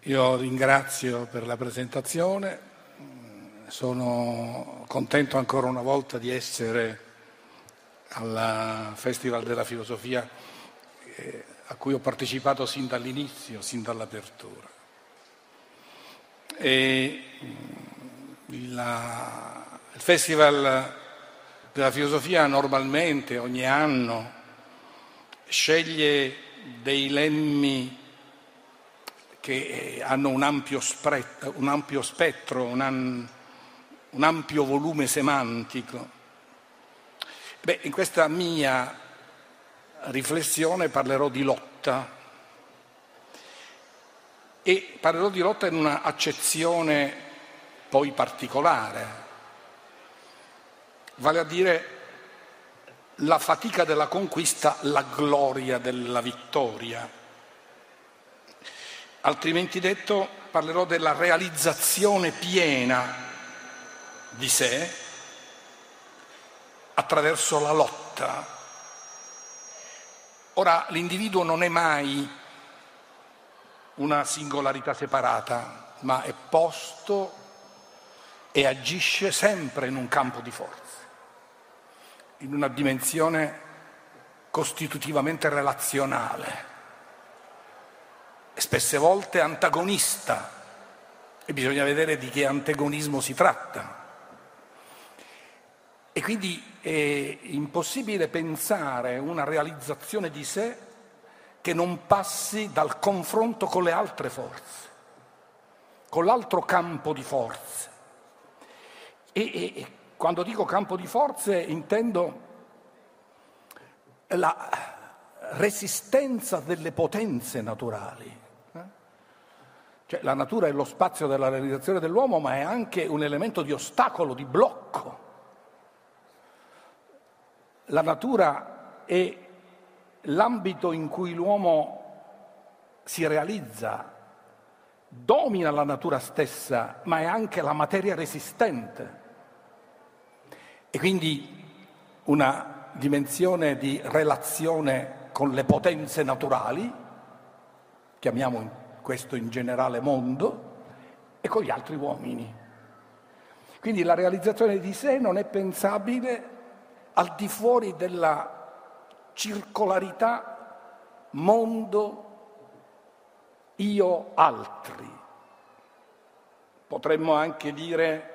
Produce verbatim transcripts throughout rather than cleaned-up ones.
Io ringrazio per la presentazione, sono contento ancora una volta di essere al Festival della Filosofia eh, a cui ho partecipato sin dall'inizio, sin dall'apertura. E la, il Festival della Filosofia normalmente ogni anno sceglie dei lemmi che hanno un ampio, spre- un ampio spettro, un, an- un ampio volume semantico. Beh, in questa mia riflessione parlerò di lotta e parlerò di lotta in una accezione poi particolare, vale a dire la fatica della conquista, la gloria della vittoria. Altrimenti detto, parlerò della realizzazione piena di sé attraverso la lotta. Ora, l'individuo non è mai una singolarità separata, ma è posto e agisce sempre in un campo di forze, in una dimensione costitutivamente relazionale, spesse volte antagonista, e bisogna vedere di che antagonismo si tratta. E quindi è impossibile pensare una realizzazione di sé che non passi dal confronto con le altre forze, con l'altro campo di forze. E, e, e quando dico campo di forze intendo la resistenza delle potenze naturali. Cioè, la natura è lo spazio della realizzazione dell'uomo, ma è anche un elemento di ostacolo, di blocco. La natura è l'ambito in cui l'uomo si realizza, domina la natura stessa, ma è anche la materia resistente. E quindi una dimensione di relazione con le potenze naturali, chiamiamo questo in generale mondo, e con gli altri uomini. Quindi la realizzazione di sé non è pensabile al di fuori della circolarità mondo, io, altri. Potremmo anche dire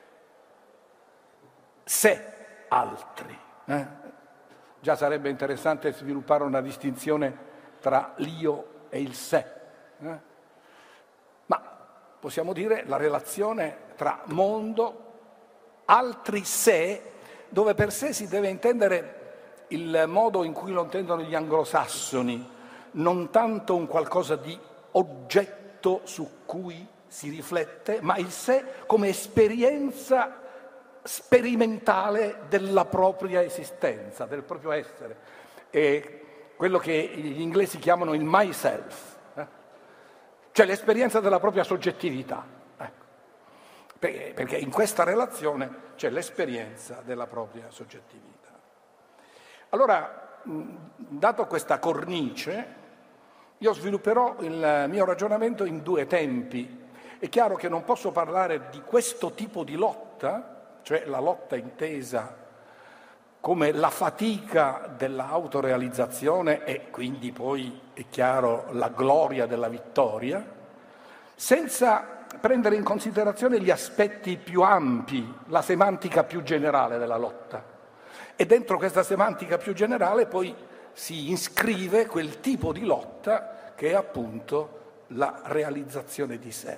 sé, altri. Eh? Già sarebbe interessante sviluppare una distinzione tra l'io e il sé. Eh? Ma possiamo dire la relazione tra mondo, altri, sé, dove per sé si deve intendere il modo in cui lo intendono gli anglosassoni, non tanto un qualcosa di oggetto su cui si riflette, ma il sé come esperienza sperimentale della propria esistenza, del proprio essere. È quello che gli inglesi chiamano il myself. Cioè l'esperienza della propria soggettività, ecco. Perché in questa relazione c'è l'esperienza della propria soggettività. Allora, dato questa cornice, io svilupperò il mio ragionamento in due tempi. È chiaro che non posso parlare di questo tipo di lotta, cioè la lotta intesa come la fatica dell'autorealizzazione e quindi poi, è chiaro, la gloria della vittoria, senza prendere in considerazione gli aspetti più ampi, la semantica più generale della lotta. E dentro questa semantica più generale poi si iscrive quel tipo di lotta che è appunto la realizzazione di sé.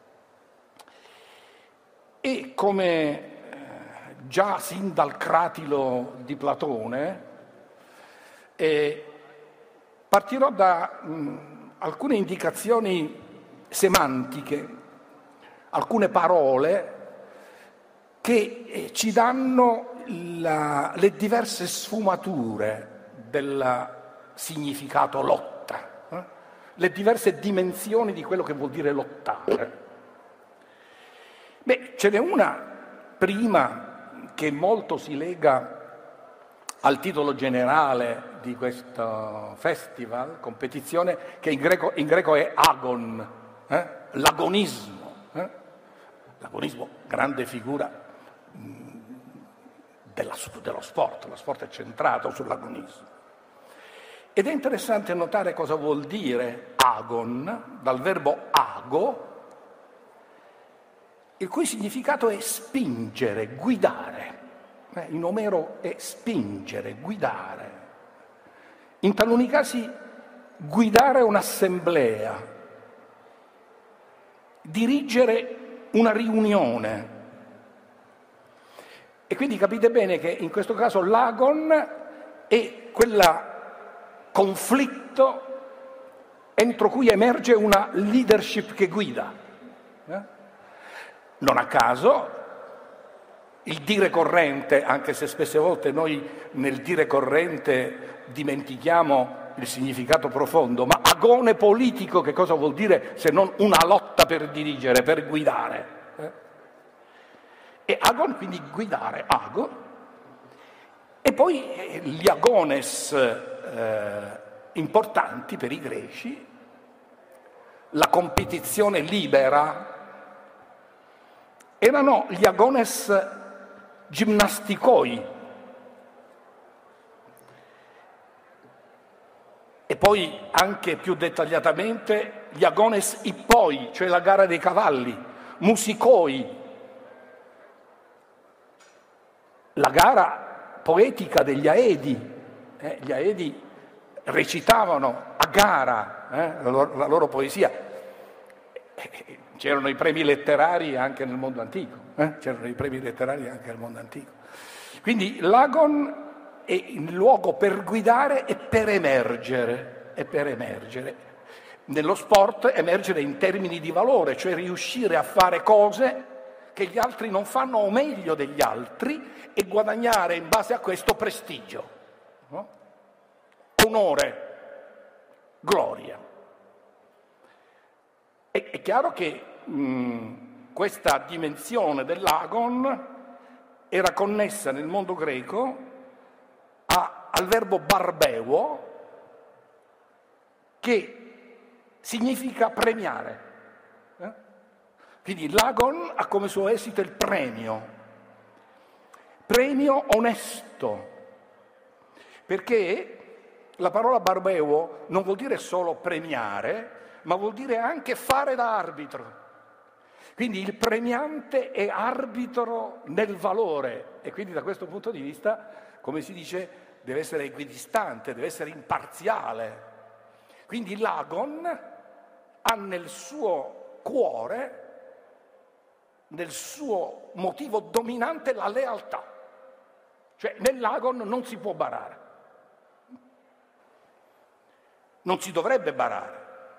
E come già sin dal Cratilo di Platone, eh, partirò da mh, alcune indicazioni semantiche, alcune parole che eh, ci danno la, le diverse sfumature del significato lotta, eh? le diverse dimensioni di quello che vuol dire lottare. Beh, ce n'è una prima che molto si lega al titolo generale di questo festival, competizione, che in greco, in greco è agon, eh? l'agonismo. Eh? L'agonismo, grande figura mh, della, dello sport, lo sport è centrato sull'agonismo. Ed è interessante notare cosa vuol dire agon, dal verbo ago, il cui significato è spingere, guidare. Eh, in Omero è spingere, guidare. In taluni casi guidare un'assemblea, dirigere una riunione. E quindi capite bene che in questo caso l'agon è quel conflitto entro cui emerge una leadership che guida. Eh? Non a caso il dire corrente, anche se spesse volte noi nel dire corrente dimentichiamo il significato profondo, ma agone politico che cosa vuol dire se non una lotta per dirigere, per guidare? Eh? E agon, quindi guidare, ago, e poi eh, gli agones eh, importanti per i greci, la competizione libera, erano gli agones gimnasticoi. E poi anche più dettagliatamente gli agones ippoi, cioè la gara dei cavalli, musicoi, la gara poetica degli Aedi. Eh, gli Aedi recitavano a gara eh, la, loro, la loro poesia. C'erano i premi letterari anche nel mondo antico, eh? c'erano i premi letterari anche nel mondo antico. Quindi l'agon è il luogo per guidare e per emergere, e per emergere. Nello sport emergere in termini di valore, cioè riuscire a fare cose che gli altri non fanno o meglio degli altri e guadagnare in base a questo prestigio, no? Onore, gloria. È, è chiaro che mh, questa dimensione dell'agon era connessa nel mondo greco a, al verbo barbeuo, che significa premiare. Eh? Quindi l'agon ha come suo esito il premio, premio onesto, perché la parola barbeuo non vuol dire solo premiare, ma vuol dire anche fare da arbitro. Quindi il premiante è arbitro nel valore e quindi da questo punto di vista, come si dice, deve essere equidistante, deve essere imparziale. Quindi l'agon ha nel suo cuore, nel suo motivo dominante, la lealtà. Cioè nell'agon non si può barare, non si dovrebbe barare.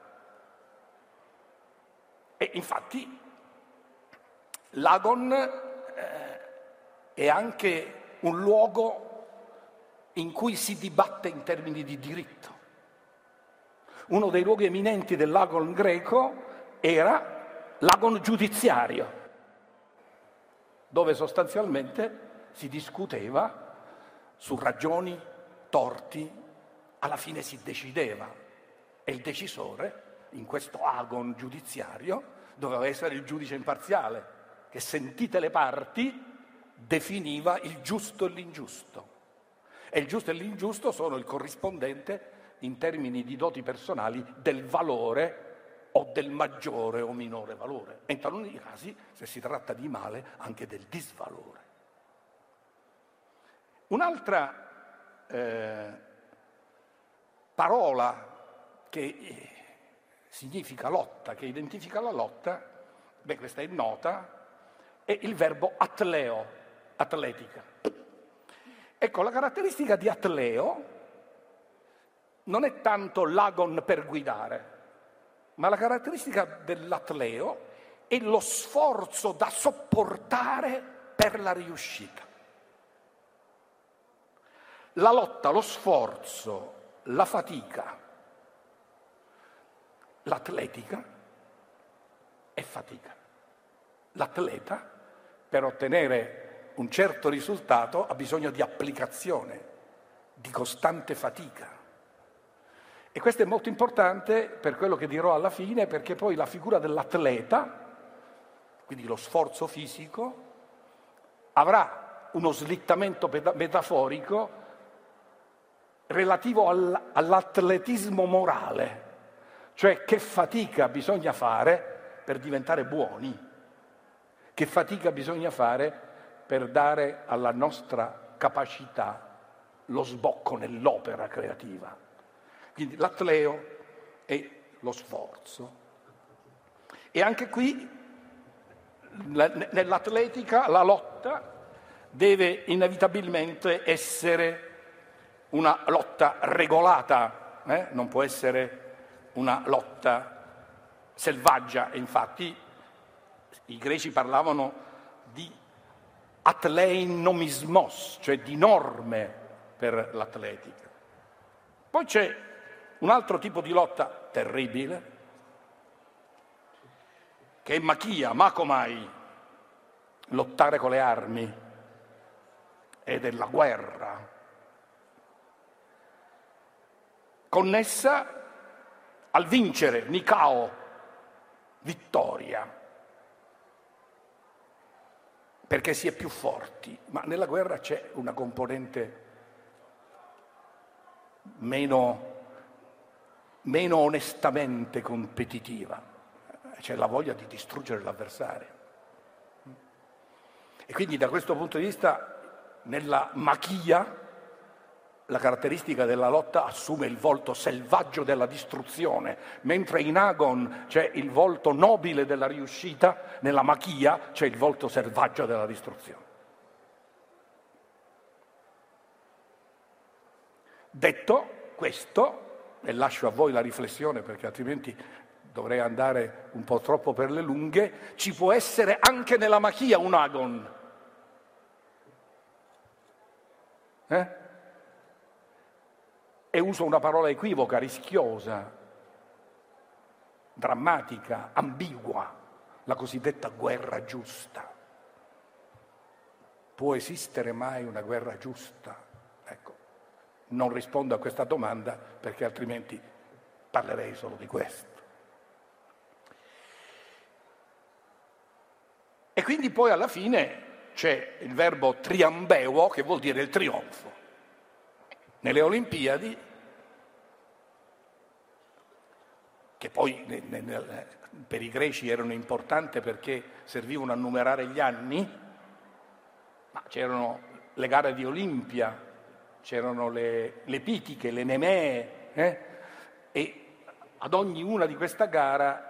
E infatti l'agon eh, è anche un luogo in cui si dibatte in termini di diritto. Uno dei luoghi eminenti dell'agon greco era l'agon giudiziario, dove sostanzialmente si discuteva su ragioni, torti, alla fine si decideva e il decisore in questo agon giudiziario doveva essere il giudice imparziale che, sentite le parti, definiva il giusto e l'ingiusto. E il giusto e l'ingiusto sono il corrispondente in termini di doti personali del valore o del maggiore o minore valore. E in taluni casi, se si tratta di male, anche del disvalore. Un'altra eh, parola che significa lotta, che identifica la lotta, beh, questa è nota, è il verbo atleo, atletica. Ecco, la caratteristica di atleo non è tanto l'agon per guidare, ma la caratteristica dell'atleo è lo sforzo da sopportare per la riuscita. La lotta, lo sforzo, la fatica, l'atletica è fatica. L'atleta, per ottenere un certo risultato, ha bisogno di applicazione, di costante fatica. E questo è molto importante per quello che dirò alla fine, perché poi la figura dell'atleta, quindi lo sforzo fisico, avrà uno slittamento metaforico relativo all'atletismo morale, cioè che fatica bisogna fare per diventare buoni, che fatica bisogna fare per dare alla nostra capacità lo sbocco nell'opera creativa. Quindi l'atleo è lo sforzo. E anche qui, nell'atletica, la lotta deve inevitabilmente essere una lotta regolata, eh? Non può essere una lotta selvaggia. E infatti i greci parlavano di atlein nomismos, cioè di norme per l'atletica. Poi c'è un altro tipo di lotta terribile, che è machia, macomai, lottare con le armi, ed è la guerra, connessa al vincere, nikao, vittoria, perché si è più forti. Ma nella guerra c'è una componente meno, meno onestamente competitiva, c'è la voglia di distruggere l'avversario. E quindi da questo punto di vista, nella machia, la caratteristica della lotta assume il volto selvaggio della distruzione, mentre in Agon c'è il volto nobile della riuscita, nella machia c'è il volto selvaggio della distruzione. Detto questo, e lascio a voi la riflessione perché altrimenti dovrei andare un po' troppo per le lunghe, ci può essere anche nella machia un Agon. Eh? E uso una parola equivoca, rischiosa, drammatica, ambigua, la cosiddetta guerra giusta. Può esistere mai una guerra giusta? Ecco, non rispondo a questa domanda perché altrimenti parlerei solo di questo. E quindi poi alla fine c'è il verbo triambeo, che vuol dire il trionfo. Nelle Olimpiadi, che poi per i greci erano importanti perché servivano a numerare gli anni, ma c'erano le gare di Olimpia, c'erano le, le pitiche, le nemee, eh? E ad ogni una di questa gara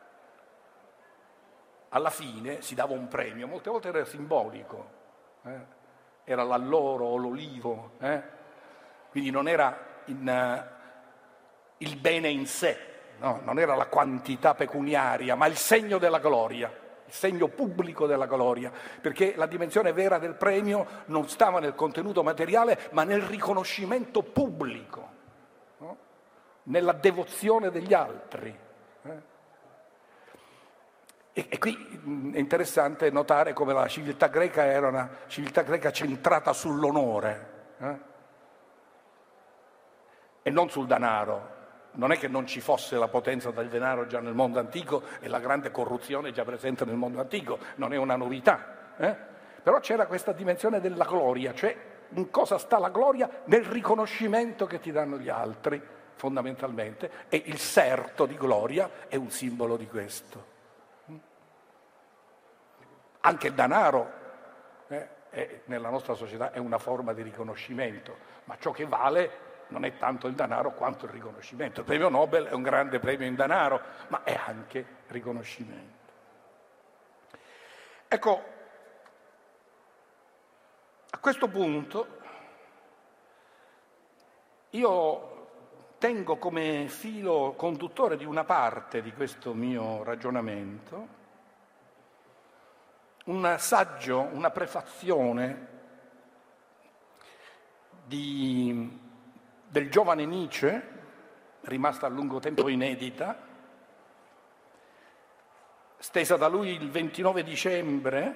alla fine si dava un premio, molte volte era simbolico, eh? Era l'alloro o l'olivo, eh? Quindi non era in, uh, il bene in sé, no? Non era la quantità pecuniaria, ma il segno della gloria, il segno pubblico della gloria, perché la dimensione vera del premio non stava nel contenuto materiale, ma nel riconoscimento pubblico, no? Nella devozione degli altri. Eh? E, e qui è interessante notare come la civiltà greca era una civiltà greca centrata sull'onore, eh? E non sul denaro. Non è che non ci fosse la potenza del denaro già nel mondo antico e la grande corruzione già presente nel mondo antico, non è una novità. Eh? Però c'era questa dimensione della gloria, cioè in cosa sta la gloria? Nel riconoscimento che ti danno gli altri, fondamentalmente, e il serto di gloria è un simbolo di questo. Anche il denaro eh, è, nella nostra società è una forma di riconoscimento, ma ciò che vale non è tanto il denaro quanto il riconoscimento. Il premio Nobel è un grande premio in denaro, ma è anche riconoscimento. Ecco, a questo punto io tengo come filo conduttore di una parte di questo mio ragionamento un saggio, una prefazione di del giovane Nietzsche, rimasta a lungo tempo inedita, stesa da lui il ventinove dicembre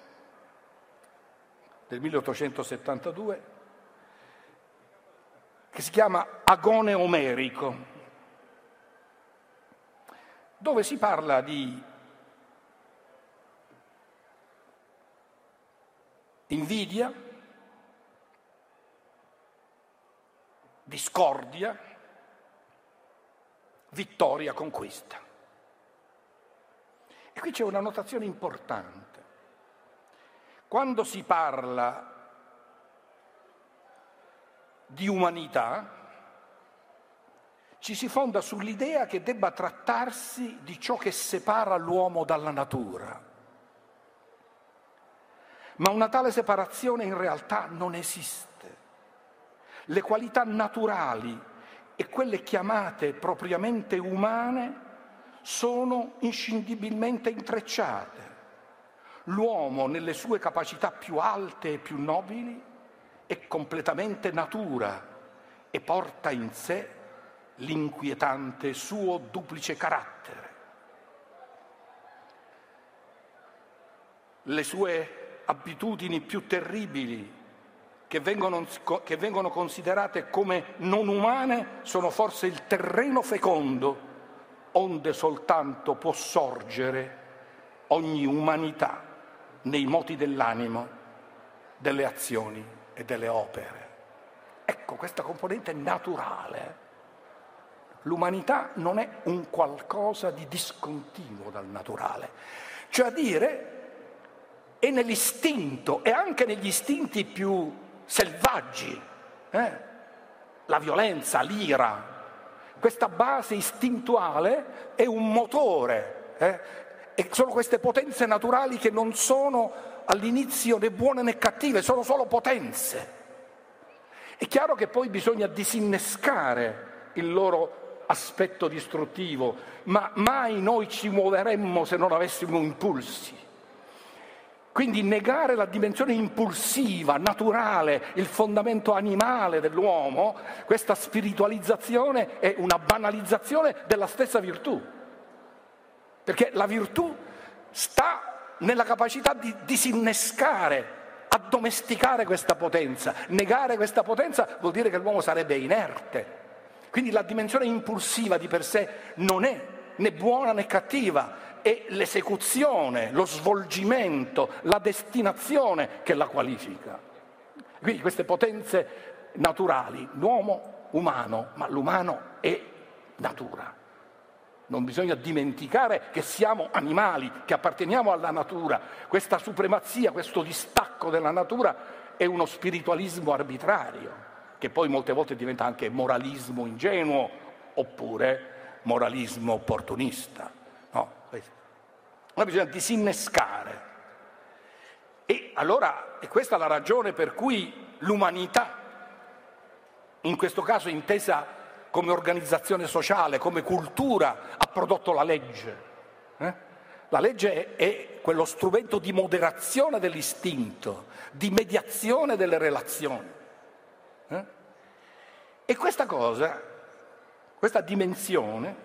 del milleottocentosettantadue, che si chiama Agone omerico. dove si parla di invidia, discordia, vittoria, conquista. E qui c'è una notazione importante. Quando si parla di umanità, ci si fonda sull'idea che debba trattarsi di ciò che separa l'uomo dalla natura. Ma una tale separazione in realtà non esiste. Le qualità naturali e quelle chiamate propriamente umane sono inscindibilmente intrecciate. L'uomo, nelle sue capacità più alte e più nobili, è completamente natura e porta in sé l'inquietante suo duplice carattere. Le sue abitudini più terribili, che vengono, che vengono considerate come non umane, sono forse il terreno fecondo onde soltanto può sorgere ogni umanità nei moti dell'animo, delle azioni e delle opere. Ecco, questa componente naturale. L'umanità non è un qualcosa di discontinuo dal naturale, cioè a dire è nell'istinto e anche negli istinti più selvaggi, eh? La violenza, l'ira. Questa base istintuale è un motore, eh? E sono queste potenze naturali che non sono all'inizio né buone né cattive, sono solo potenze. È chiaro che poi bisogna disinnescare il loro aspetto distruttivo, ma mai noi ci muoveremmo se non avessimo impulsi. Quindi negare la dimensione impulsiva, naturale, il fondamento animale dell'uomo, questa spiritualizzazione è una banalizzazione della stessa virtù. Perché la virtù sta nella capacità di disinnescare, addomesticare questa potenza. Negare questa potenza vuol dire che l'uomo sarebbe inerte. Quindi la dimensione impulsiva di per sé non è né buona né cattiva, è l'esecuzione, lo svolgimento, la destinazione che la qualifica. Quindi queste potenze naturali, l'uomo umano, ma l'umano è natura. Non bisogna dimenticare che siamo animali, che apparteniamo alla natura. Questa supremazia, questo distacco della natura è uno spiritualismo arbitrario, che poi molte volte diventa anche moralismo ingenuo oppure moralismo opportunista. No, ma bisogna disinnescare. E allora è questa la ragione per cui l'umanità, in questo caso intesa come organizzazione sociale, come cultura, ha prodotto la legge. Eh? La legge è quello strumento di moderazione dell'istinto, di mediazione delle relazioni. Eh? E questa cosa, questa dimensione,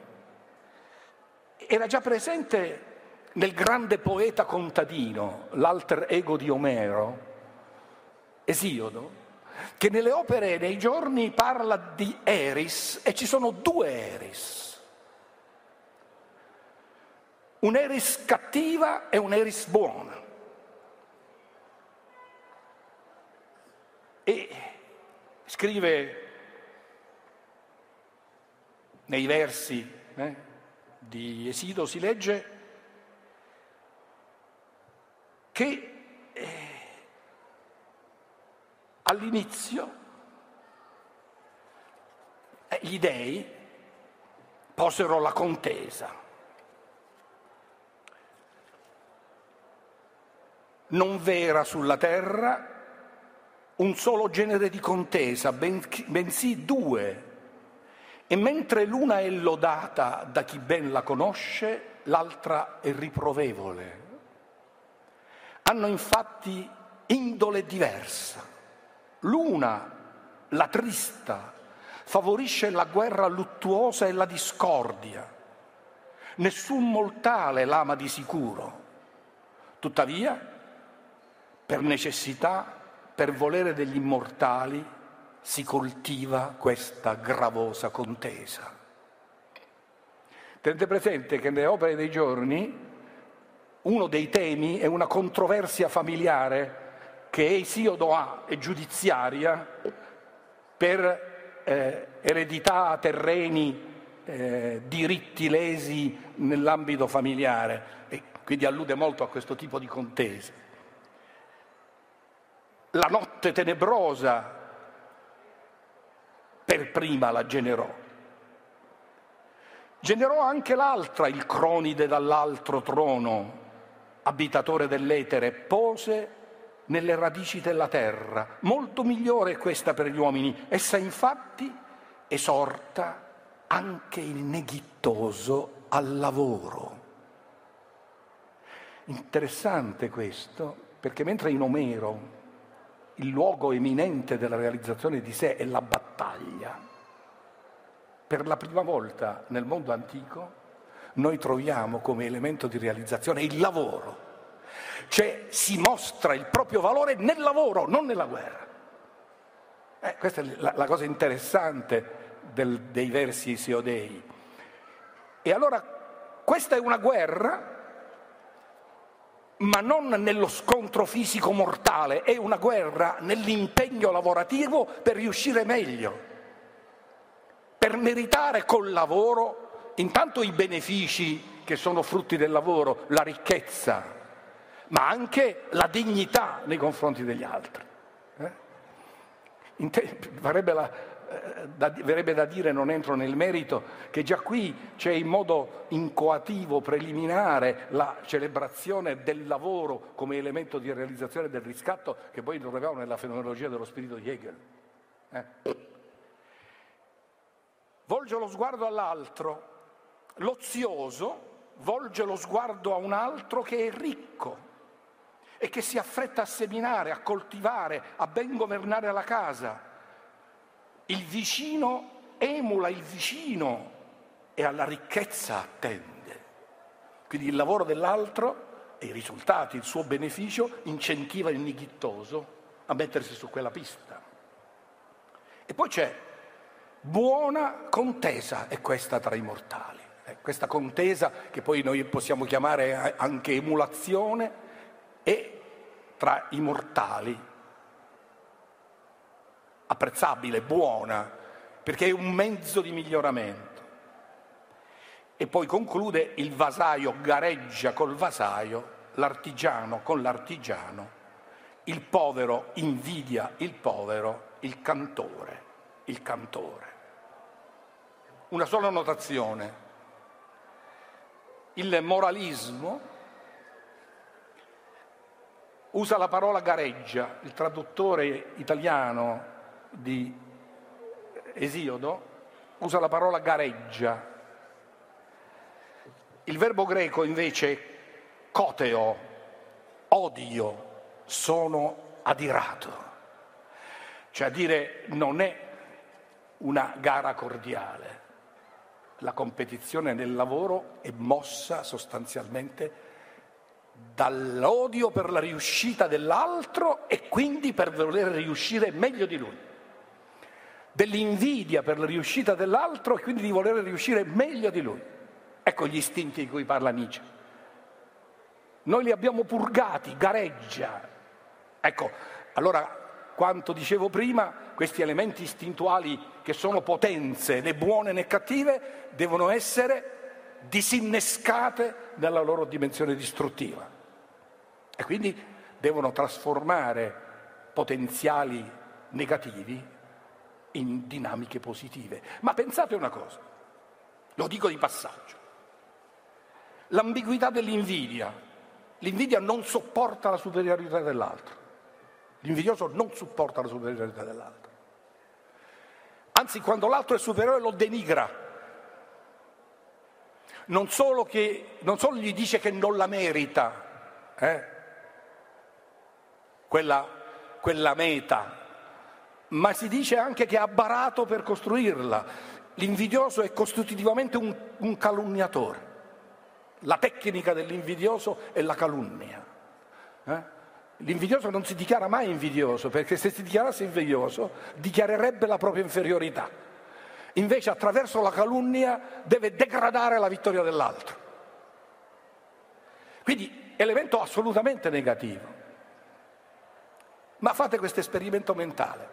era già presente nel grande poeta contadino, l'alter ego di Omero, Esiodo, che nelle opere e nei giorni parla di Eris, e ci sono due Eris. Un'Eris cattiva e un'Eris buona. E scrive nei versi eh, di Esiodo, si legge che eh, all'inizio eh, gli dei posero la contesa. Non v'era sulla terra un solo genere di contesa, bensì due, e mentre l'una è lodata da chi ben la conosce, l'altra è riprovevole. Hanno infatti indole diversa. L'una, la trista, favorisce la guerra luttuosa e la discordia. Nessun mortale l'ama di sicuro. Tuttavia, per necessità, per volere degli immortali, si coltiva questa gravosa contesa. Tenete presente che nelle opere dei giorni uno dei temi è una controversia familiare che Esiodo ha e giudiziaria per eh, eredità, terreni, eh, diritti lesi nell'ambito familiare, e quindi allude molto a questo tipo di contese. La notte tenebrosa per prima la generò. Generò anche l'altra, il Cronide dall'altro trono, abitatore dell'etere, pose nelle radici della terra. Molto migliore è questa per gli uomini. Essa infatti esorta anche il neghittoso al lavoro. Interessante questo, perché mentre in Omero il luogo eminente della realizzazione di sé è la battaglia, per la prima volta nel mondo antico noi troviamo come elemento di realizzazione il lavoro. Cioè si mostra il proprio valore nel lavoro, non nella guerra. Eh, questa è la, la cosa interessante del, dei versi esiodei. E allora questa è una guerra, ma non nello scontro fisico mortale, è una guerra nell'impegno lavorativo per riuscire meglio, per meritare col lavoro intanto i benefici che sono frutti del lavoro, la ricchezza, ma anche la dignità nei confronti degli altri. Eh? Te, varrebbe, la, eh, da, verrebbe da dire, non entro nel merito, che già qui c'è in modo incoativo, preliminare, la celebrazione del lavoro come elemento di realizzazione del riscatto, che poi troviamo nella fenomenologia dello spirito di Hegel. Eh? Volge lo sguardo all'altro, l'ozioso volge lo sguardo a un altro che è ricco e che si affretta a seminare, a coltivare, a ben governare la casa. Il vicino emula il vicino e alla ricchezza attende. Quindi il lavoro dell'altro e i risultati, il suo beneficio, incentiva il neghittoso a mettersi su quella pista. E poi c'è buona contesa, è questa tra i mortali. Eh, questa contesa, che poi noi possiamo chiamare anche emulazione, è tra i mortali apprezzabile, buona, perché è un mezzo di miglioramento. E poi conclude: il vasaio gareggia col vasaio, l'artigiano con l'artigiano, il povero invidia il povero, il cantore, il cantore. Una sola notazione. Il moralismo usa la parola gareggia, il traduttore italiano di Esiodo usa la parola gareggia. Il verbo greco invece koteo, odio, sono adirato. Cioè a dire, non è una gara cordiale. La competizione nel lavoro è mossa sostanzialmente dall'odio per la riuscita dell'altro e quindi per voler riuscire meglio di lui, dell'invidia per la riuscita dell'altro e quindi di voler riuscire meglio di lui. Ecco gli istinti di cui parla Nietzsche. Noi li abbiamo purgati, gareggia. Ecco, allora, quanto dicevo prima, questi elementi istintuali che sono potenze, né buone né cattive, devono essere disinnescate nella loro dimensione distruttiva e quindi devono trasformare potenziali negativi in dinamiche positive. Ma pensate una cosa, lo dico di passaggio, l'ambiguità dell'invidia. L'invidia non sopporta la superiorità dell'altro, l'invidioso non sopporta la superiorità dell'altro, anzi quando l'altro è superiore lo denigra. Non solo, che, non solo gli dice che non la merita, eh? quella, quella meta, ma si dice anche che ha barato per costruirla. L'invidioso è costitutivamente un, un calunniatore. La tecnica dell'invidioso è la calunnia. Eh? L'invidioso non si dichiara mai invidioso, perché se si dichiarasse invidioso dichiarerebbe la propria inferiorità. invece attraverso la calunnia deve degradare la vittoria dell'altro. Quindi elemento assolutamente negativo. Ma fate questo esperimento mentale.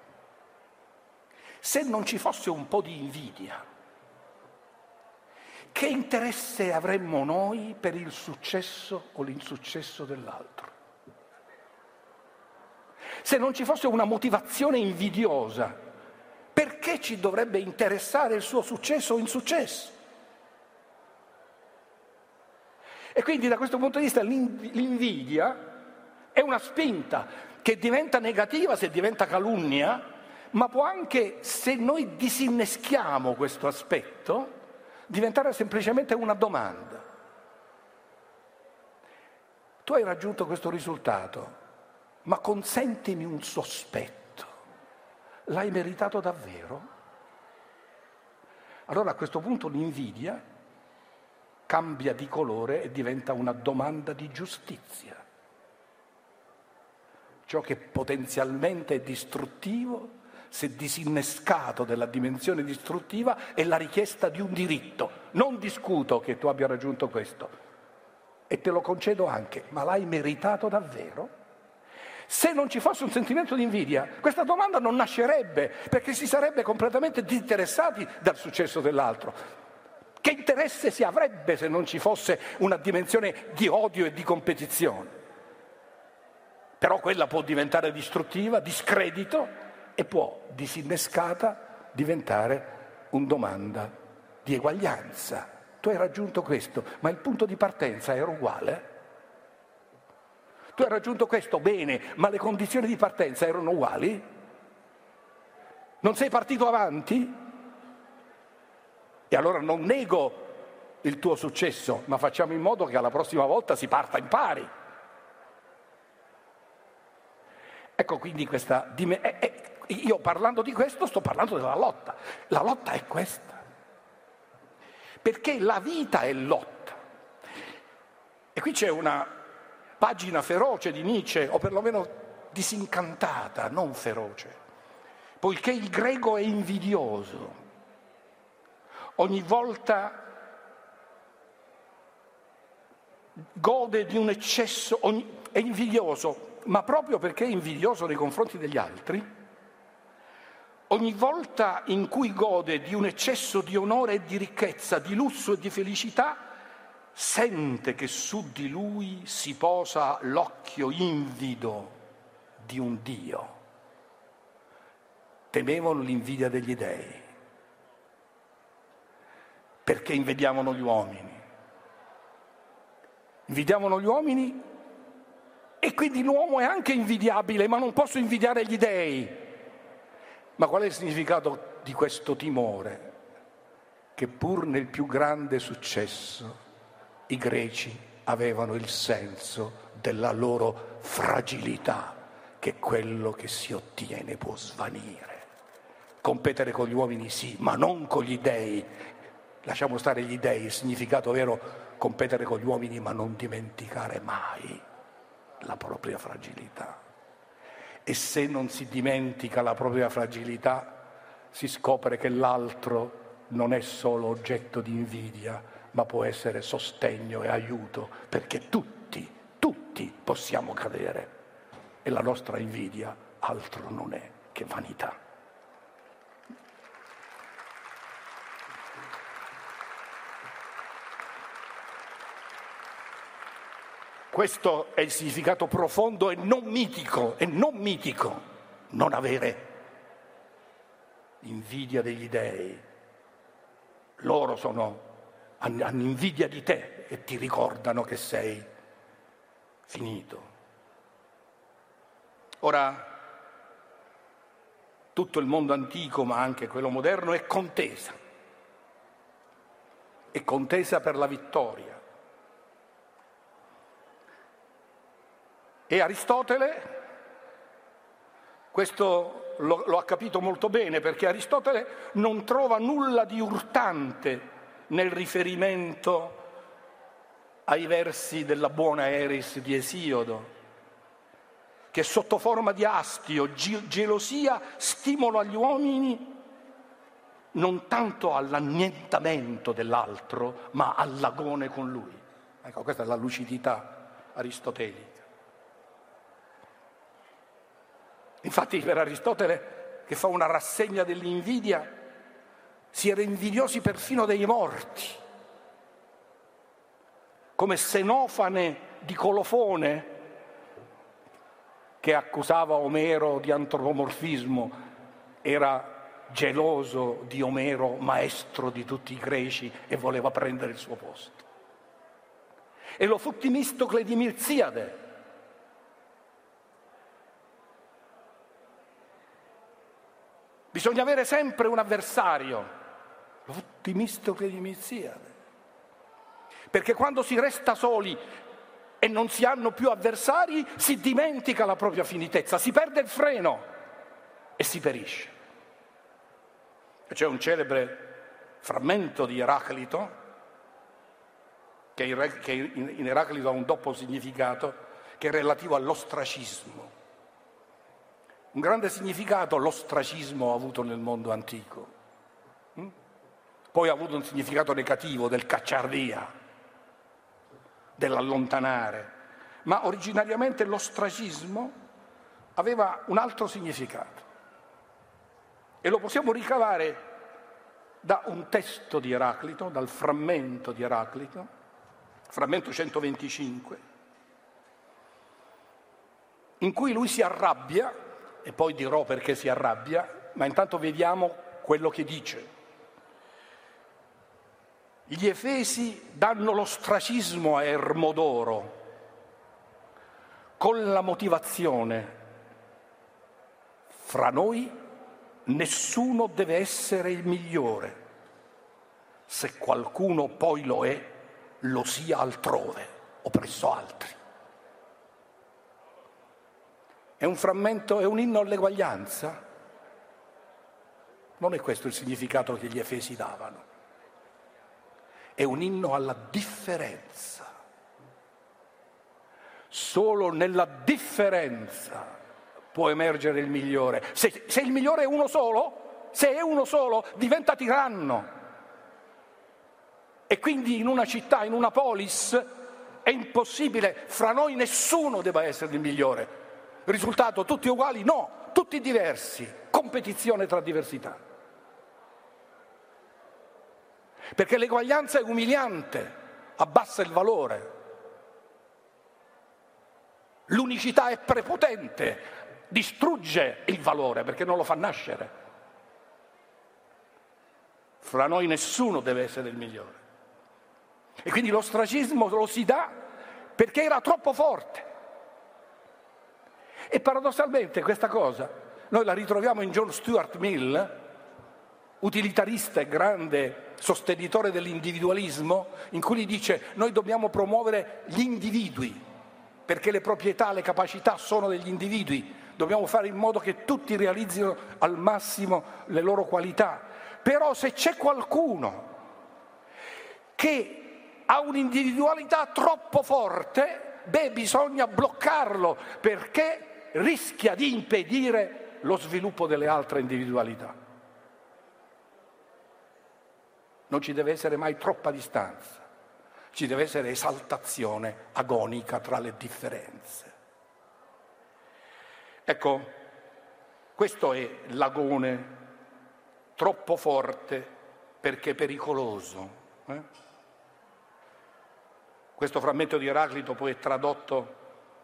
Se non ci fosse un po' di invidia, che interesse avremmo noi per il successo o l'insuccesso dell'altro? Se non ci fosse una motivazione invidiosa, perché ci dovrebbe interessare il suo successo o insuccesso? E quindi da questo punto di vista l'invidia è una spinta che diventa negativa se diventa calunnia, ma può anche, se noi disinneschiamo questo aspetto, diventare semplicemente una domanda. Tu hai raggiunto questo risultato, ma consentimi un sospetto. L'hai meritato davvero? Allora a questo punto l'invidia cambia di colore e diventa una domanda di giustizia. Ciò che potenzialmente è distruttivo, se disinnescato della dimensione distruttiva, è la richiesta di un diritto. Non discuto che tu abbia raggiunto questo e te lo concedo anche, ma l'hai meritato davvero? Se non ci fosse un sentimento di invidia, questa domanda non nascerebbe, perché si sarebbe completamente disinteressati dal successo dell'altro. Che interesse si avrebbe se non ci fosse una dimensione di odio e di competizione? Però quella può diventare distruttiva, di scredito, e può, disinnescata, diventare un domanda di eguaglianza. Tu hai raggiunto questo, ma il punto di partenza era uguale? Tu hai raggiunto questo, bene, ma le condizioni di partenza erano uguali? Non sei partito avanti? E allora non nego il tuo successo, ma facciamo in modo che alla prossima volta si parta in pari. Ecco quindi questa... Io parlando di questo sto parlando della lotta. La lotta è questa. Perché la vita è lotta. E qui c'è una pagina feroce di Nietzsche, o perlomeno disincantata, non feroce. Poiché il greco è invidioso, ogni volta gode di un eccesso, ogni, è invidioso, ma proprio perché è invidioso nei confronti degli altri, ogni volta in cui gode di un eccesso di onore e di ricchezza, di lusso e di felicità, sente che su di lui si posa l'occhio invido di un Dio. Temevano l'invidia degli dèi, perché invidiavano gli uomini. Invidiavano gli uomini e quindi l'uomo è anche invidiabile, ma non posso invidiare gli dèi. Ma qual è il significato di questo timore? Che pur nel più grande successo i greci avevano il senso della loro fragilità, che è quello che si ottiene può svanire. Competere con gli uomini sì, ma non con gli dèi. Lasciamo stare gli dèi, il significato vero: competere con gli uomini ma non dimenticare mai la propria fragilità. E se non si dimentica la propria fragilità, si scopre che l'altro non è solo oggetto di invidia, ma può essere sostegno e aiuto, perché tutti, tutti possiamo cadere. E la nostra invidia altro non è che vanità. Questo è il significato profondo e non mitico, e non mitico, non avere invidia degli dèi. Loro sono, hanno invidia di te e ti ricordano che sei finito. Ora, tutto il mondo antico, ma anche quello moderno, è contesa. È contesa per la vittoria. E Aristotele, questo lo, lo ha capito molto bene, perché Aristotele non trova nulla di urtante nel riferimento ai versi della buona Eris di Esiodo, che sotto forma di astio, ge- gelosia, stimolo agli uomini non tanto all'annientamento dell'altro, ma all'agone con lui. Ecco, questa è la lucidità aristotelica. Infatti per Aristotele, che fa una rassegna dell'invidia, si era invidiosi perfino dei morti, come Senofane di Colofone, che accusava Omero di antropomorfismo, era geloso di Omero, maestro di tutti i greci, e voleva prendere il suo posto. E lo fu Timistocle di Mirziade. Bisogna avere sempre un avversario, lo fu Timistocle di Mirziade. Perché quando si resta soli e non si hanno più avversari, si dimentica la propria finitezza, si perde il freno e si perisce. C'è un celebre frammento di Eraclito, che in Eraclito ha un doppio significato, che è relativo all'ostracismo. Un grande significato l'ostracismo ha avuto nel mondo antico. Poi ha avuto un significato negativo del cacciar via, dell'allontanare, ma originariamente l'ostracismo aveva un altro significato e lo possiamo ricavare da un testo di Eraclito, dal frammento di Eraclito, frammento centoventicinque, in cui lui si arrabbia, e poi dirò perché si arrabbia, ma intanto vediamo quello che dice. Gli Efesi danno l'ostracismo a Ermodoro con la motivazione: fra noi nessuno deve essere il migliore, se qualcuno poi lo è, lo sia altrove o presso altri. È un frammento, è un inno all'eguaglianza? Non è questo il significato che gli Efesi davano. È un inno alla differenza. Solo nella differenza può emergere il migliore. Se, se il migliore è uno solo, se è uno solo, diventa tiranno. E quindi in una città, in una polis, è impossibile, fra noi nessuno debba essere il migliore. Risultato, tutti uguali? No, tutti diversi. Competizione tra diversità. Perché l'eguaglianza è umiliante, abbassa il valore. L'unicità è prepotente, distrugge il valore perché non lo fa nascere. Fra noi nessuno deve essere il migliore. E quindi l'ostracismo lo si dà perché era troppo forte. E paradossalmente questa cosa noi la ritroviamo in John Stuart Mill, utilitarista e grande sostenitore dell'individualismo, in cui dice: noi dobbiamo promuovere gli individui, perché le proprietà, le capacità sono degli individui, dobbiamo fare in modo che tutti realizzino al massimo le loro qualità. Però se c'è qualcuno che ha un'individualità troppo forte, beh, bisogna bloccarlo, perché rischia di impedire lo sviluppo delle altre individualità. Non ci deve essere mai troppa distanza, ci deve essere esaltazione agonica tra le differenze. Ecco, questo è l'agone troppo forte perché pericoloso. Eh? Questo frammento di Eraclito poi è tradotto,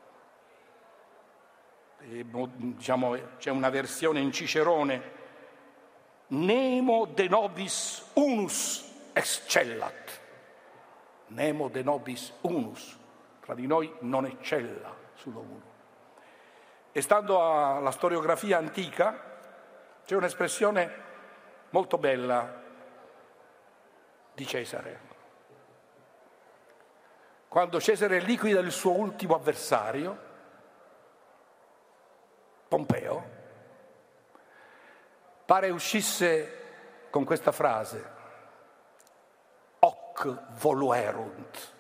eh, diciamo, c'è una versione in Cicerone: Nemo de nobis unus excellat. Nemo de nobis unus, tra di noi non eccella solo uno. E stando alla storiografia antica c'è un'espressione molto bella di Cesare. Quando Cesare liquida il suo ultimo avversario, Pompeo, pare uscisse con questa frase: hoc voluerunt.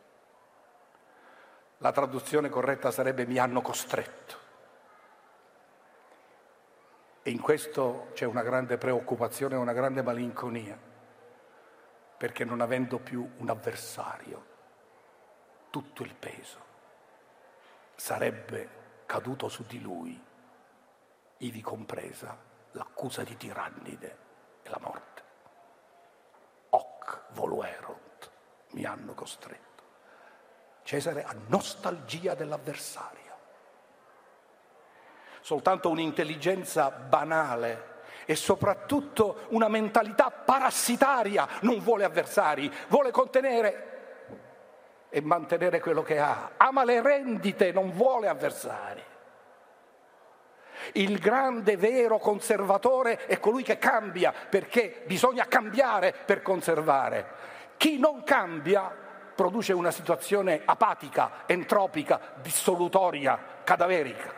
La traduzione corretta sarebbe: mi hanno costretto. E in questo c'è una grande preoccupazione, una grande malinconia, perché non avendo più un avversario, tutto il peso sarebbe caduto su di lui, ivi compresa l'accusa di tirannide e la morte. Hoc voluerunt, mi hanno costretto. Cesare ha nostalgia dell'avversario. Soltanto un'intelligenza banale e soprattutto una mentalità parassitaria non vuole avversari, vuole contenere e mantenere quello che ha. Ama le rendite, non vuole avversari. Il grande vero conservatore è colui che cambia, perché bisogna cambiare per conservare. Chi non cambia produce una situazione apatica, entropica, dissolutoria, cadaverica.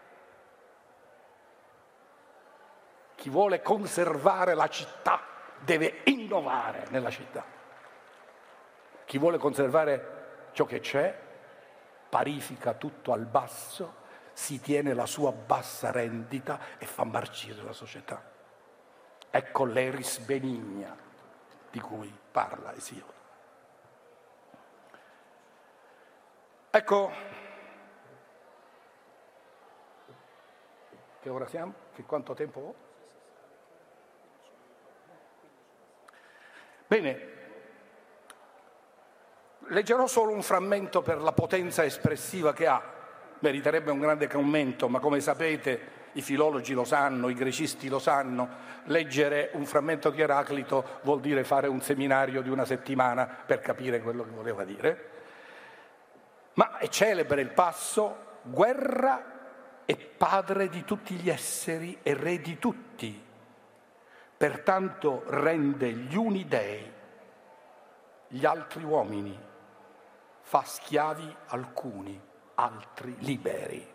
Chi vuole conservare la città deve innovare nella città. Chi vuole conservare ciò che c'è, parifica tutto al basso, si tiene la sua bassa rendita e fa marcire la società. Ecco l'eris benigna di cui parla Esiodo. Ecco, che ora siamo? Che quanto tempo ho? Bene, leggerò solo un frammento per la potenza espressiva che ha. Meriterebbe un grande commento, ma come sapete i filologi lo sanno, i grecisti lo sanno, leggere un frammento di Eraclito vuol dire fare un seminario di una settimana per capire quello che voleva dire. Ma è celebre il passo: guerra è padre di tutti gli esseri e re di tutti. Pertanto rende gli uni dei, gli altri uomini, fa schiavi alcuni, altri liberi.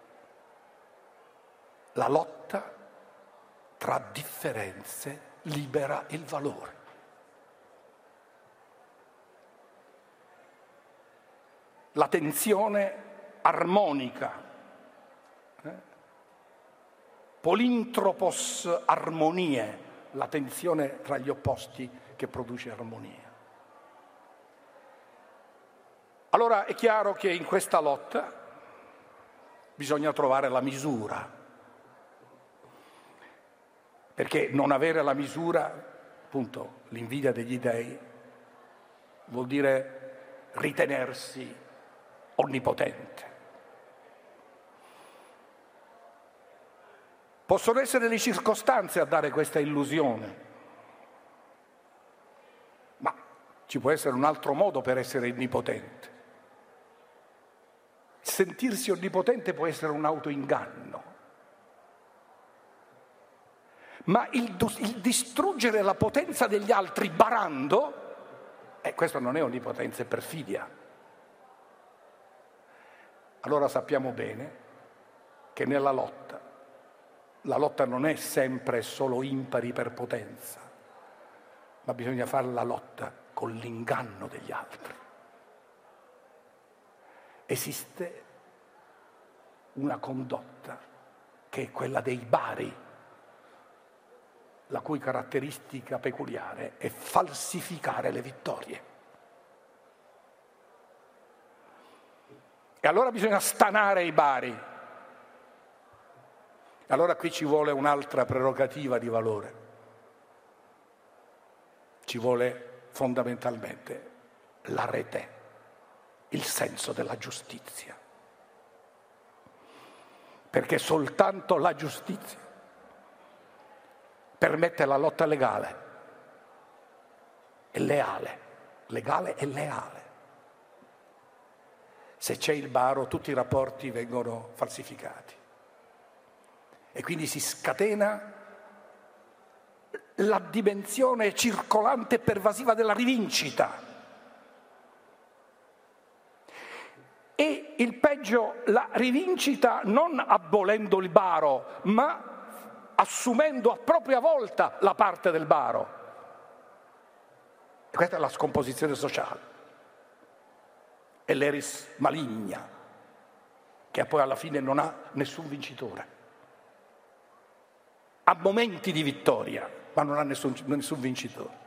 La lotta tra differenze libera il valore. La tensione armonica, eh? Polintropos armonie, la tensione tra gli opposti che produce armonia. Allora è chiaro che in questa lotta bisogna trovare la misura, perché non avere la misura, appunto, l'invidia degli dei, vuol dire ritenersi onnipotente. Possono essere le circostanze a dare questa illusione, ma ci può essere un altro modo per essere onnipotente. Sentirsi onnipotente può essere un autoinganno, ma il, il distruggere la potenza degli altri barando, eh, questo non è onnipotenza, è perfidia. Allora sappiamo bene che nella lotta, la lotta non è sempre solo impari per potenza, ma bisogna fare la lotta con l'inganno degli altri. Esiste una condotta che è quella dei bari, la cui caratteristica peculiare è falsificare le vittorie. E allora bisogna stanare i bari. Allora qui ci vuole un'altra prerogativa di valore. Ci vuole fondamentalmente l'arete, il senso della giustizia. Perché soltanto la giustizia permette la lotta legale e leale, legale e leale. Se c'è il baro, tutti i rapporti vengono falsificati. E quindi si scatena la dimensione circolante e pervasiva della rivincita. E il peggio, la rivincita non abolendo il baro, ma assumendo a propria volta la parte del baro. E questa è la scomposizione sociale. È l'eris maligna, che poi alla fine non ha nessun vincitore. ha momenti di vittoria, ma non ha nessun, nessun vincitore.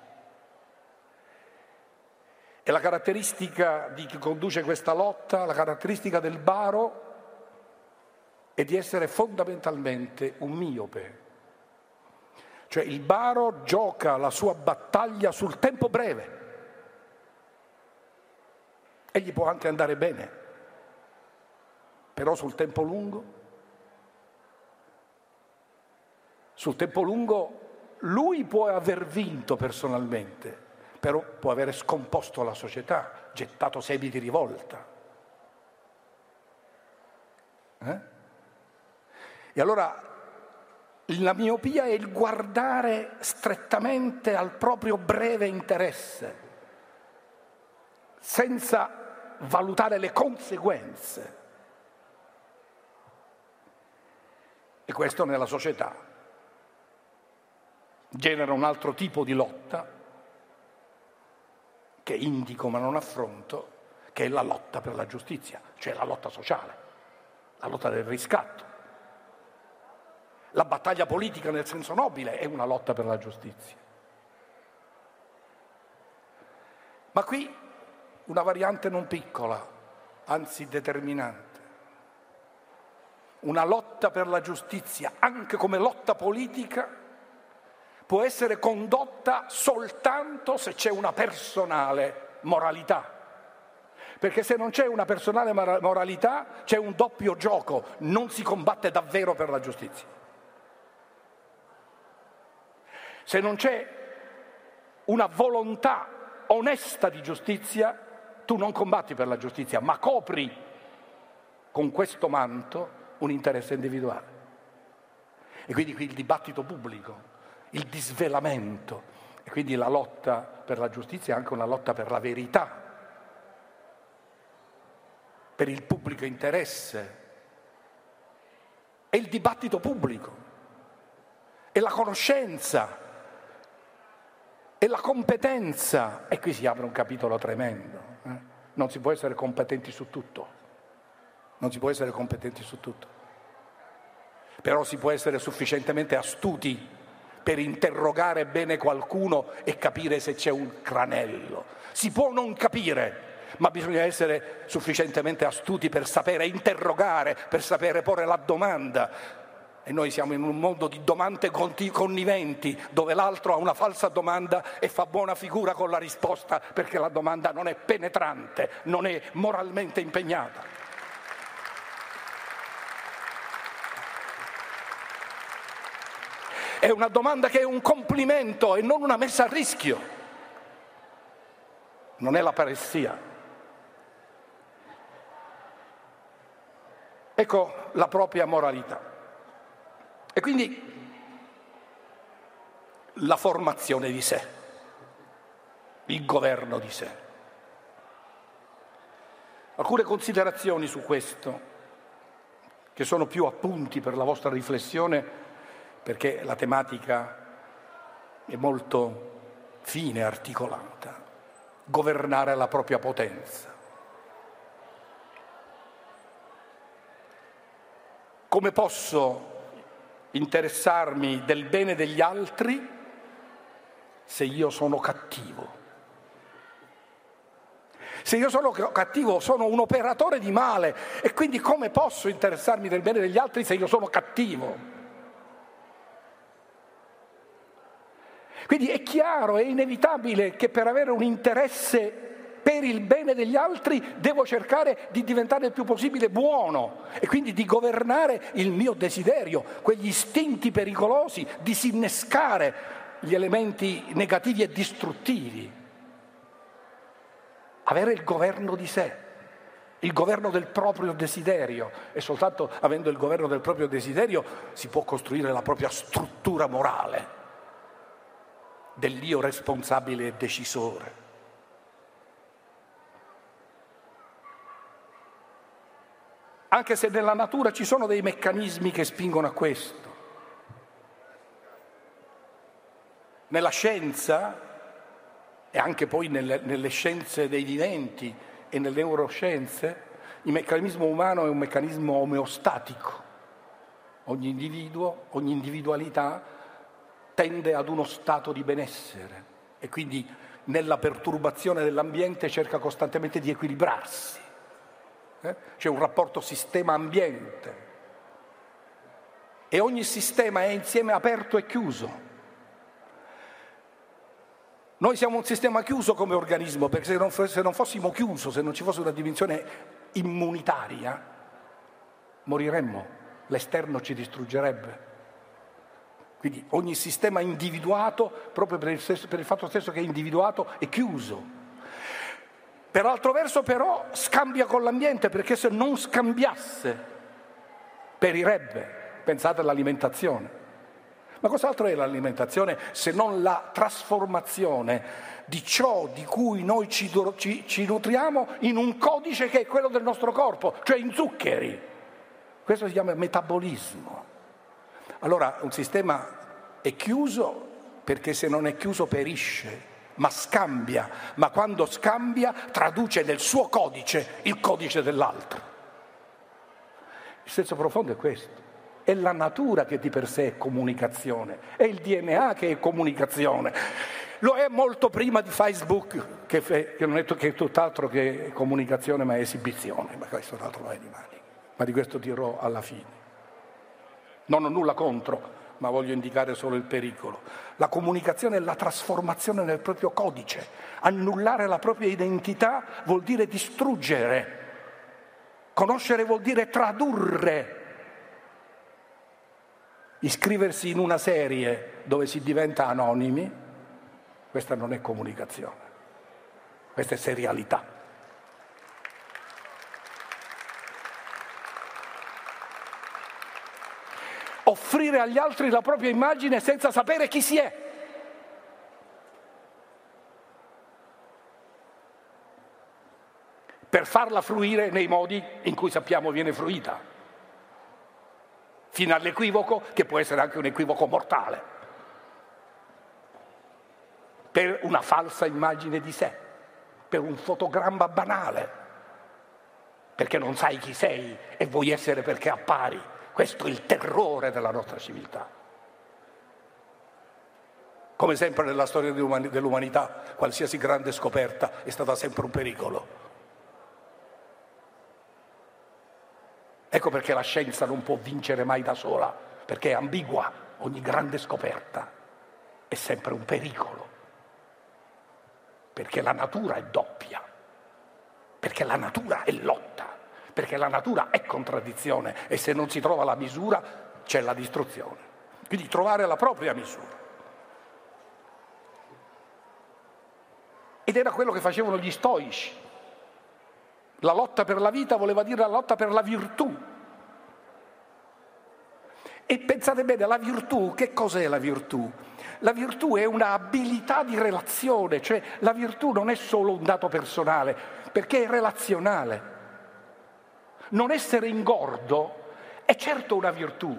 E la caratteristica di chi conduce questa lotta, la caratteristica del baro, è di essere fondamentalmente un miope. Cioè il baro gioca la sua battaglia sul tempo breve. E gli può anche andare bene, però sul tempo lungo, sul tempo lungo lui può aver vinto personalmente, però può avere scomposto la società, gettato semi di rivolta. Eh? E allora la miopia è il guardare strettamente al proprio breve interesse, senza valutare le conseguenze. E questo nella società genera un altro tipo di lotta che indico ma non affronto, che è la lotta per la giustizia, cioè la lotta sociale, la lotta del riscatto. La battaglia politica nel senso nobile è una lotta per la giustizia. Ma qui una variante non piccola, anzi determinante. Una lotta per la giustizia, anche come lotta politica, può essere condotta soltanto se c'è una personale moralità. Perché se non c'è una personale moralità, c'è un doppio gioco, non si combatte davvero per la giustizia. Se non c'è una volontà onesta di giustizia, tu non combatti per la giustizia, ma copri con questo manto un interesse individuale. E quindi qui il dibattito pubblico, il disvelamento, e quindi la lotta per la giustizia è anche una lotta per la verità, per il pubblico interesse. È il dibattito pubblico, è la conoscenza, è la competenza. E qui si apre un capitolo tremendo. Eh? Non si può essere competenti su tutto, non si può essere competenti su tutto, però si può essere sufficientemente astuti per interrogare bene qualcuno e capire se c'è un cranello. Si può non capire, ma bisogna essere sufficientemente astuti per sapere interrogare, per sapere porre la domanda. E noi siamo in un mondo di domande conniventi, dove l'altro ha una falsa domanda e fa buona figura con la risposta, perché la domanda non è penetrante, non è moralmente impegnata. È una domanda che è un complimento e non una messa a rischio. Non è la paressia. Ecco la propria moralità. E quindi la formazione di sé, il governo di sé. Alcune considerazioni su questo, che sono più appunti per la vostra riflessione, perché la tematica è molto fine, articolata. Governare la propria potenza. Come posso interessarmi del bene degli altri se io sono cattivo? Se io sono cattivo, sono un operatore di male, e quindi come posso interessarmi del bene degli altri se io sono cattivo? Quindi è chiaro, è inevitabile che per avere un interesse per il bene degli altri devo cercare di diventare il più possibile buono e quindi di governare il mio desiderio, quegli istinti pericolosi, di disinnescare gli elementi negativi e distruttivi. Avere il governo di sé, il governo del proprio desiderio, e soltanto avendo il governo del proprio desiderio si può costruire la propria struttura morale dell'io responsabile e decisore. Anche se nella natura ci sono dei meccanismi che spingono a questo. Nella scienza, e anche poi nelle, nelle scienze dei viventi e nelle neuroscienze, il meccanismo umano è un meccanismo omeostatico, ogni individuo, ogni individualità tende ad uno stato di benessere e quindi nella perturbazione dell'ambiente cerca costantemente di equilibrarsi. Eh? C'è un rapporto sistema-ambiente e ogni sistema è insieme aperto e chiuso. Noi siamo un sistema chiuso come organismo, perché se non, se non fossimo chiuso, se non ci fosse una dimensione immunitaria, moriremmo, l'esterno ci distruggerebbe. Quindi ogni sistema individuato, proprio per il, stesso, per il fatto stesso che è individuato, è chiuso. Per altro verso però scambia con l'ambiente, perché se non scambiasse perirebbe. Pensate all'alimentazione. Ma cos'altro è l'alimentazione se non la trasformazione di ciò di cui noi ci, ci, ci nutriamo in un codice che è quello del nostro corpo, cioè in zuccheri. Questo si chiama metabolismo. Allora un sistema è chiuso perché se non è chiuso perisce, ma scambia, ma quando scambia traduce nel suo codice il codice dell'altro. Il senso profondo è questo. È la natura che di per sé è comunicazione, è il D N A che è comunicazione. Lo è molto prima di Facebook, che, fe, che non è, che è tutt'altro che comunicazione ma è esibizione, ma questo è un altro paio di mani. Ma di questo dirò alla fine. Non ho nulla contro, ma voglio indicare solo il pericolo. La comunicazione è la trasformazione nel proprio codice. Annullare la propria identità vuol dire distruggere. Conoscere vuol dire tradurre. Iscriversi in una serie dove si diventa anonimi, questa non è comunicazione, questa è serialità. Offrire agli altri la propria immagine senza sapere chi si è. Per farla fruire nei modi in cui sappiamo viene fruita. Fino all'equivoco, che può essere anche un equivoco mortale, per una falsa immagine di sé, per un fotogramma banale, perché non sai chi sei e vuoi essere perché appari. Questo è il terrore della nostra civiltà. Come sempre nella storia dell'umanità, qualsiasi grande scoperta è stata sempre un pericolo. Ecco perché la scienza non può vincere mai da sola, perché è ambigua. Ogni grande scoperta è sempre un pericolo, perché la natura è doppia, perché la natura è lotta, perché la natura è contraddizione e se non si trova la misura c'è la distruzione. Quindi trovare la propria misura. Ed era quello che facevano gli stoici. La lotta per la vita voleva dire la lotta per la virtù. E pensate bene, la virtù, che cos'è la virtù? La virtù è un'abilità di relazione, cioè la virtù non è solo un dato personale, perché è relazionale. Non essere ingordo è certo una virtù,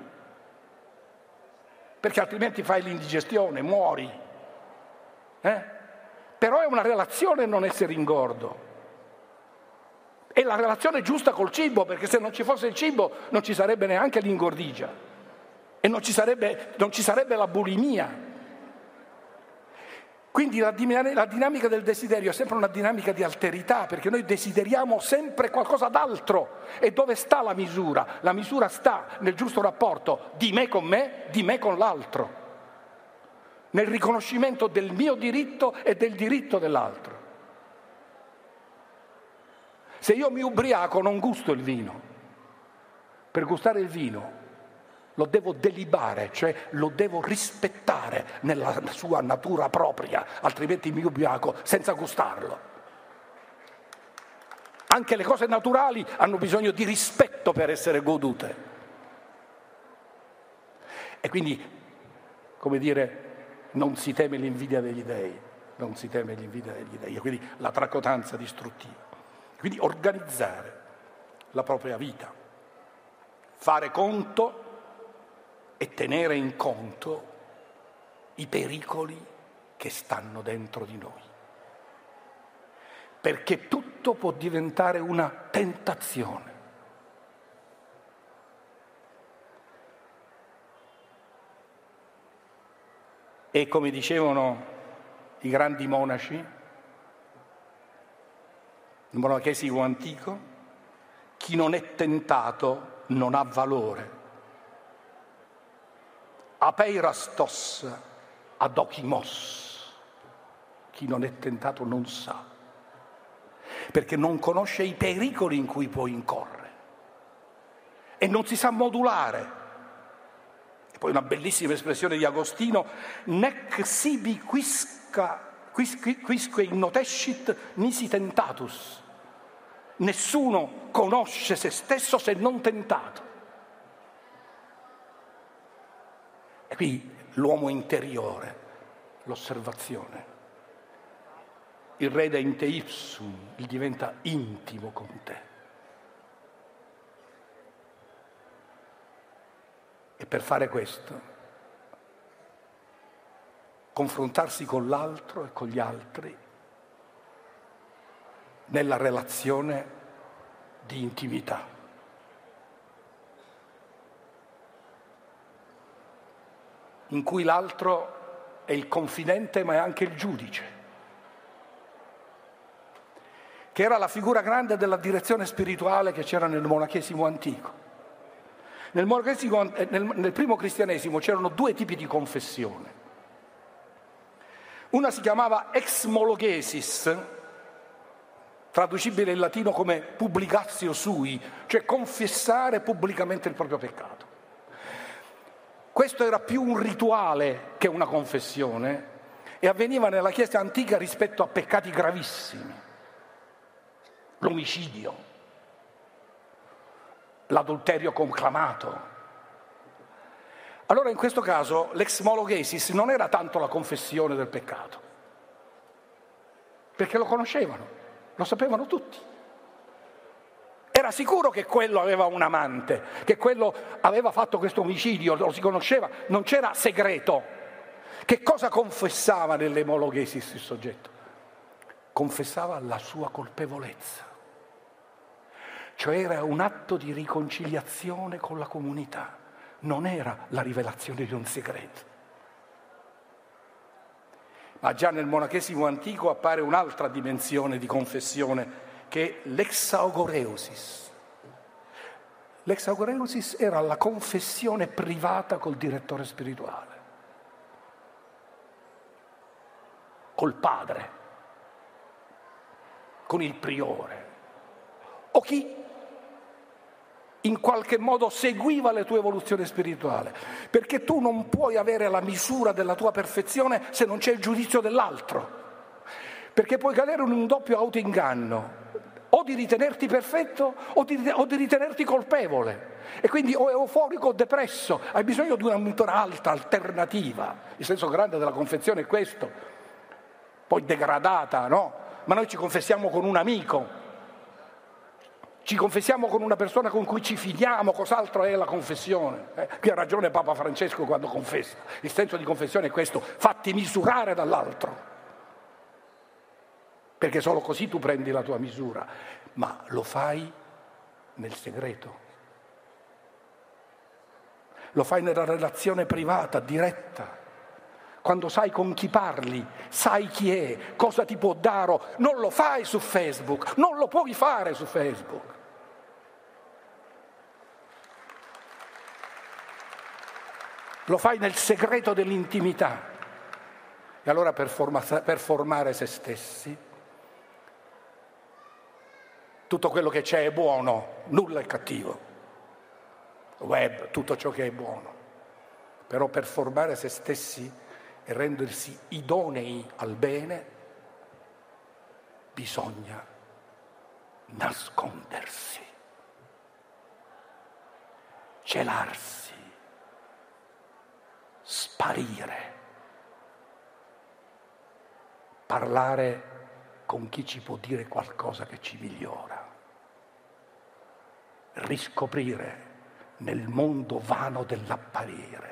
perché altrimenti fai l'indigestione, muori. Eh? Però è una relazione non essere ingordo. È la relazione giusta col cibo, perché se non ci fosse il cibo non ci sarebbe neanche l'ingordigia e non ci sarebbe, non ci sarebbe la bulimia. Quindi la, la dinamica del desiderio è sempre una dinamica di alterità, perché noi desideriamo sempre qualcosa d'altro. E dove sta la misura? La misura sta nel giusto rapporto di me con me, di me con l'altro, nel riconoscimento del mio diritto e del diritto dell'altro. Se io mi ubriaco non gusto il vino. Per gustare il vino lo devo delibare, cioè lo devo rispettare nella sua natura propria, altrimenti mi ubriaco senza gustarlo. Anche le cose naturali hanno bisogno di rispetto per essere godute. E quindi, come dire, non si teme l'invidia degli dèi, non si teme l'invidia degli dèi, e quindi la tracotanza distruttiva. Quindi organizzare la propria vita, fare conto e tenere in conto i pericoli che stanno dentro di noi. Perché tutto può diventare una tentazione. E come dicevano i grandi monaci, il monachesimo antico, chi non è tentato non ha valore. Apeirastos adokimos, chi non è tentato non sa, perché non conosce i pericoli in cui può incorrere e non si sa modulare. E poi una bellissima espressione di Agostino: nec sibi quisca, quisque, quisque innotescit nisi tentatus. Nessuno conosce se stesso se non tentato. E qui l'uomo interiore, l'osservazione. Il re de inte ipsum, il diventa intimo con te. E per fare questo, confrontarsi con l'altro e con gli altri nella relazione di intimità. In cui l'altro è il confidente ma è anche il giudice, che era la figura grande della direzione spirituale che c'era nel monachesimo antico. Nel, monachesimo, nel, nel primo cristianesimo c'erano due tipi di confessione. Una si chiamava exmologesis, traducibile in latino come publicatio sui, cioè confessare pubblicamente il proprio peccato. Questo era più un rituale che una confessione e avveniva nella Chiesa antica rispetto a peccati gravissimi, l'omicidio, l'adulterio conclamato. Allora in questo caso l'exmologesis non era tanto la confessione del peccato, perché lo conoscevano, lo sapevano tutti. Era sicuro che quello aveva un amante, che quello aveva fatto questo omicidio, lo si conosceva, non c'era segreto. Che cosa confessava nell'emologesis il soggetto? Confessava la sua colpevolezza, cioè era un atto di riconciliazione con la comunità, non era la rivelazione di un segreto. Ma già nel monachesimo antico appare un'altra dimensione di confessione, che è l'exaugoreusis. L'exaugoreusis era la confessione privata col direttore spirituale, col padre, con il priore, o chi in qualche modo seguiva la tua evoluzione spirituale, perché tu non puoi avere la misura della tua perfezione se non c'è il giudizio dell'altro, perché puoi cadere in un doppio autoinganno, o di ritenerti perfetto o di, o di ritenerti colpevole, e quindi o euforico o depresso. Hai bisogno di una misura alta, alternativa. Il senso grande della confessione è questo, poi degradata, no? Ma noi ci confessiamo con un amico, ci confessiamo con una persona con cui ci fidiamo, cos'altro è la confessione? Eh? Qui ha ragione Papa Francesco quando confessa. Il senso di confessione è questo: fatti misurare dall'altro, perché solo così tu prendi la tua misura, ma lo fai nel segreto, lo fai nella relazione privata, diretta, quando sai con chi parli, sai chi è, cosa ti può dare. Non lo fai su Facebook, non lo puoi fare su Facebook. Lo fai nel segreto dell'intimità. E allora per, forma, per formare se stessi, tutto quello che c'è è buono, nulla è cattivo. Web, tutto ciò che è buono. Però per formare se stessi e rendersi idonei al bene, bisogna nascondersi, celarsi, sparire, parlare con chi ci può dire qualcosa che ci migliora, riscoprire nel mondo vano dell'apparire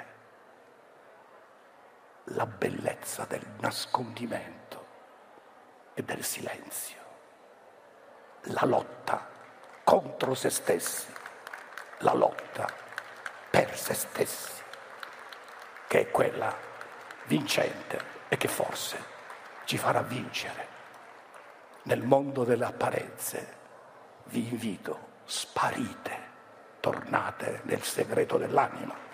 la bellezza del nascondimento e del silenzio, la lotta contro se stessi, la lotta per se stessi, che è quella vincente e che forse ci farà vincere. Nel mondo delle apparenze vi invito, sparite, tornate nel segreto dell'anima.